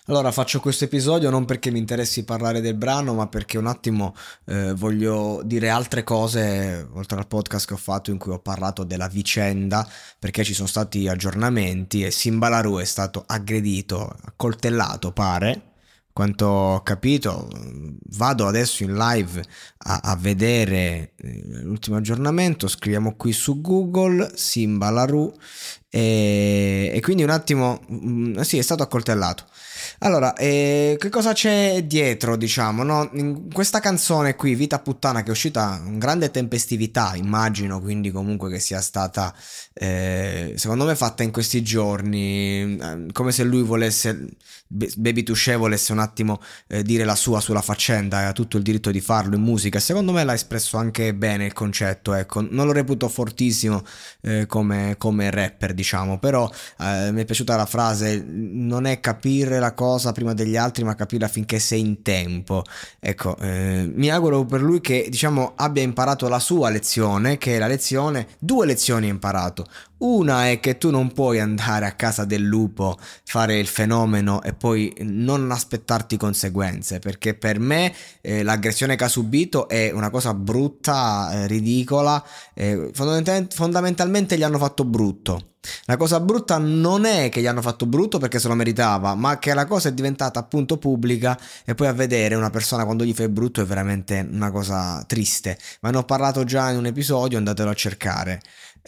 Allora, faccio questo episodio non perché mi interessi parlare del brano, ma perché un attimo voglio dire altre cose, oltre al podcast che ho fatto in cui ho parlato della vicenda, perché ci sono stati aggiornamenti e Simbalaru è stato aggredito, accoltellato, pare. Quanto ho capito, vado adesso in live a vedere l'ultimo aggiornamento, scriviamo qui su Google Simbalaru e quindi un attimo, sì, è stato accoltellato. Allora, che cosa c'è dietro, diciamo, no? In questa canzone qui, Vita Puttana, che è uscita con grande tempestività, immagino, quindi comunque che sia stata, secondo me, fatta in questi giorni, come se lui volesse, Baby Touché volesse un attimo dire la sua sulla faccenda, e ha tutto il diritto di farlo in musica. Secondo me l'ha espresso anche bene il concetto, ecco, non lo reputo fortissimo come rapper, diciamo, però mi è piaciuta la frase, non è capire la cosa prima degli altri, ma capirla finché sei in tempo. Ecco, mi auguro per lui che, diciamo, abbia imparato la sua lezione, che è la lezione, due lezioni ha imparato. Una è che tu non puoi andare a casa del lupo, fare il fenomeno e poi non aspettarti conseguenze, perché per me l'aggressione che ha subito è una cosa brutta, ridicola, fondamentalmente gli hanno fatto brutto. La cosa brutta non è che gli hanno fatto brutto perché se lo meritava, ma che la cosa è diventata appunto pubblica e poi a vedere una persona quando gli fai brutto è veramente una cosa triste. Ma ne ho parlato già in un episodio, andatelo a cercare.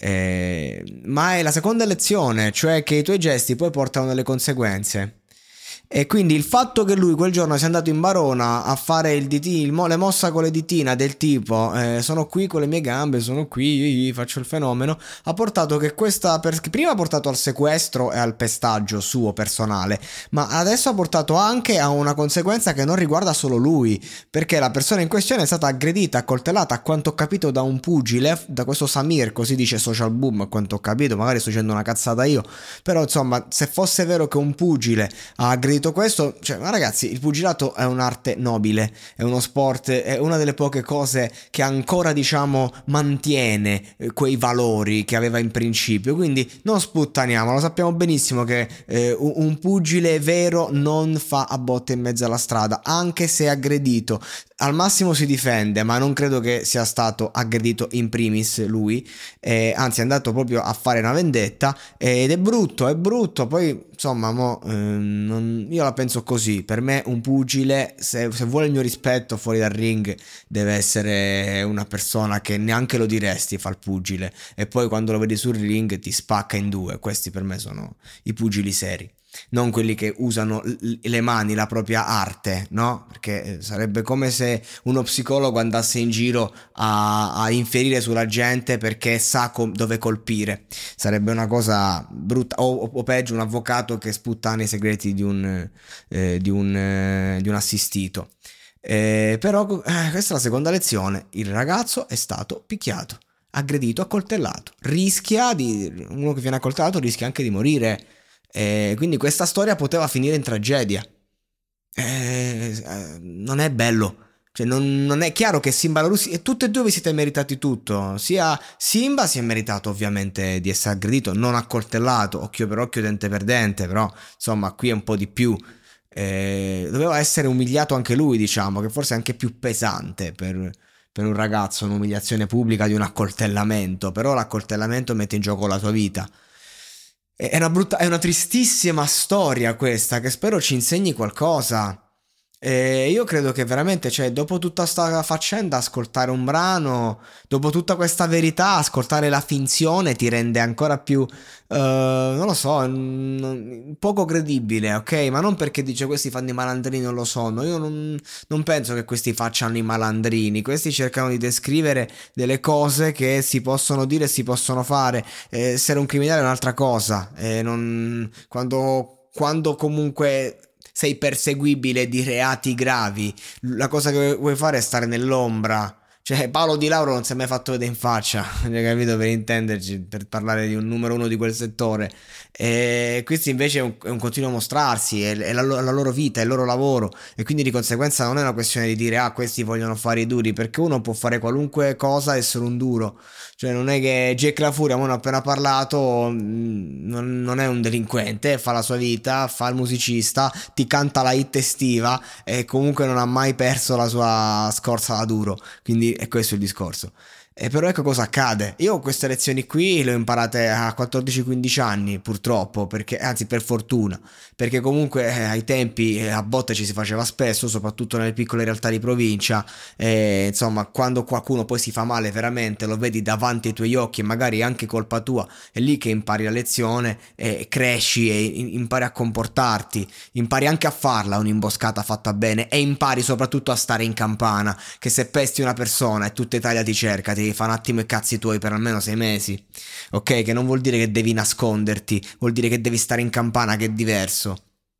Ma è la seconda lezione, cioè che i tuoi gesti poi portano delle conseguenze. E quindi il fatto che lui quel giorno sia andato in barona a fare il DT, le mossa con le ditina del tipo sono qui con le mie gambe, sono qui, faccio il fenomeno, ha portato che questa, prima ha portato al sequestro e al pestaggio suo personale, ma adesso ha portato anche a una conseguenza che non riguarda solo lui, perché la persona in questione è stata aggredita, accoltellata, a quanto ho capito da un pugile, da questo Samir, così dice Social Boom, a quanto ho capito, magari sto dicendo una cazzata io, però insomma se fosse vero che un pugile ha aggredito questo, cioè, ma ragazzi, il pugilato è un'arte nobile, è uno sport, è una delle poche cose che ancora, diciamo, mantiene quei valori che aveva in principio, quindi non sputtaniamo, lo sappiamo benissimo che un pugile vero non fa a botte in mezzo alla strada, anche se è aggredito, al massimo si difende, ma non credo che sia stato aggredito in primis lui, anzi è andato proprio a fare una vendetta ed è brutto, poi insomma io la penso così, per me un pugile se vuole il mio rispetto fuori dal ring deve essere una persona che neanche lo diresti fa il pugile e poi quando lo vedi sul ring ti spacca in due, questi per me sono i pugili seri. Non quelli che usano le mani, la propria arte, no? Perché sarebbe come se uno psicologo andasse in giro a inferire sulla gente perché sa dove colpire. Sarebbe una cosa brutta. O peggio, un avvocato che sputtana i segreti di un assistito. Però questa è la seconda lezione. Il ragazzo è stato picchiato, aggredito, accoltellato. Uno che viene accoltellato rischia anche di morire. Quindi questa storia poteva finire in tragedia. Non è bello. Cioè, non è chiaro che Simba e la Russi, e tutte e due vi siete meritati tutto. Sia Simba si è meritato ovviamente di essere aggredito, non accoltellato, occhio per occhio, dente per dente, però insomma qui è un po' di più. Doveva essere umiliato anche lui, diciamo, che forse è anche più pesante per un ragazzo un'umiliazione pubblica di un accoltellamento, però l'accoltellamento mette in gioco la tua vita. È una tristissima storia questa che spero ci insegni qualcosa. Io credo che veramente, cioè, dopo tutta sta faccenda, ascoltare un brano, dopo tutta questa verità, ascoltare la finzione ti rende ancora più, non lo so, poco credibile, ok? Ma non perché dice questi fanno i malandrini, non lo sono. Io non penso che questi facciano i malandrini. Questi cercano di descrivere delle cose che si possono dire e si possono fare. Essere un criminale è un'altra cosa. Quando comunque sei perseguibile di reati gravi, la cosa che vuoi fare è stare nell'ombra, Cioè, Paolo Di Lauro non si è mai fatto vedere in faccia, hai capito, per intenderci, per parlare di un numero uno di quel settore. E questo invece è un continuo mostrarsi, è la loro vita, è il loro lavoro. E quindi di conseguenza non è una questione di dire, ah, questi vogliono fare i duri, perché uno può fare qualunque cosa e essere un duro. Cioè, non è che Jack La Furia, mo ne ho appena parlato, non è un delinquente, fa la sua vita, fa il musicista, ti canta la hit estiva e comunque non ha mai perso la sua scorza da duro. Quindi è questo il discorso. E però ecco cosa accade. Io queste lezioni qui le ho imparate a 14-15 anni, purtroppo, perché, anzi per fortuna, perché comunque ai tempi a botte ci si faceva spesso, soprattutto nelle piccole realtà di provincia, e insomma quando qualcuno poi si fa male veramente, lo vedi davanti ai tuoi occhi e magari anche colpa tua, è lì che impari la lezione e cresci e impari a comportarti, impari anche a farla un'imboscata fatta bene e impari soprattutto a stare in campana, che se pesti una persona e tutta Italia ti cerca, ti fa un attimo i cazzi tuoi per almeno 6 mesi, ok? Che non vuol dire che devi nasconderti, vuol dire che devi stare in campana, che è diverso.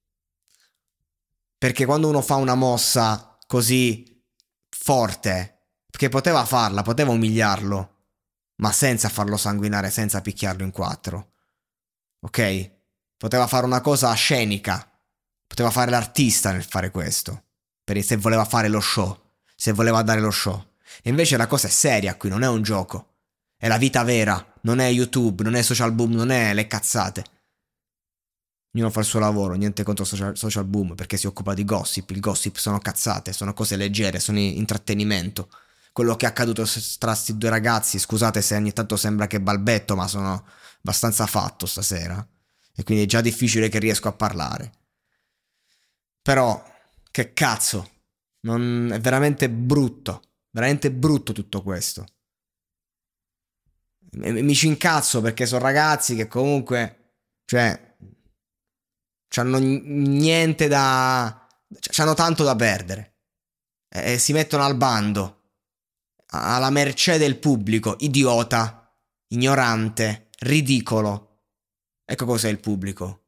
Perché quando uno fa una mossa così forte, perché poteva farla, poteva umiliarlo, ma senza farlo sanguinare, senza picchiarlo in quattro, ok? Poteva fare una cosa scenica, poteva fare l'artista nel fare questo, se voleva fare lo show, se voleva dare lo show. E invece la cosa è seria qui, non è un gioco. È la vita vera, non è YouTube, non è social boom, non è le cazzate. Ognuno fa il suo lavoro, niente contro social boom perché si occupa di gossip. Il gossip sono cazzate, sono cose leggere, sono intrattenimento. Quello che è accaduto tra sti due ragazzi, scusate se ogni tanto sembra che balbetto, ma sono abbastanza fatto stasera. E quindi è già difficile che riesco a parlare. Però, che cazzo, è veramente brutto tutto questo. Mi ci incazzo perché sono ragazzi che comunque, cioè, c'hanno niente da, c'hanno tanto da perdere e si mettono al bando, alla mercé del pubblico, idiota, ignorante, ridicolo. Ecco cos'è il pubblico.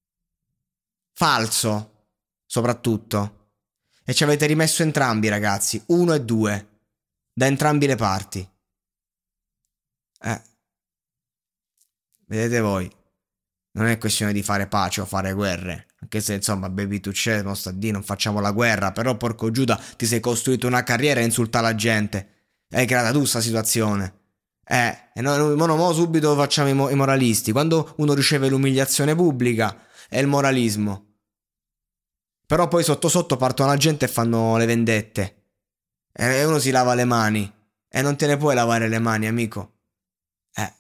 Falso, soprattutto. E ci avete rimesso entrambi, ragazzi, uno e due, da entrambi le parti. Eh, vedete voi. Non è questione di fare pace o fare guerre. Anche se insomma, baby tu c'è, non sta di non facciamo la guerra. Però porco Giuda, ti sei costruito una carriera e insulta la gente. Hai creata tu sta situazione. E noi mo subito facciamo i moralisti. Quando uno riceve l'umiliazione pubblica è il moralismo. Però poi sotto sotto partono la gente e fanno le vendette. E uno si lava le mani. E non te ne puoi lavare le mani, amico. Eh.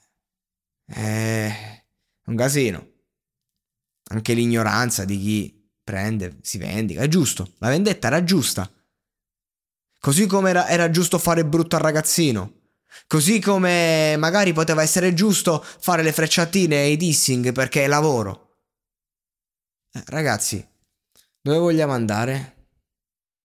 È un casino. Anche l'ignoranza di chi prende, si vendica. È giusto, la vendetta era giusta. Così come era giusto fare brutto al ragazzino. Così come magari poteva essere giusto fare le frecciatine e i dissing perché è lavoro. Ragazzi, dove vogliamo andare?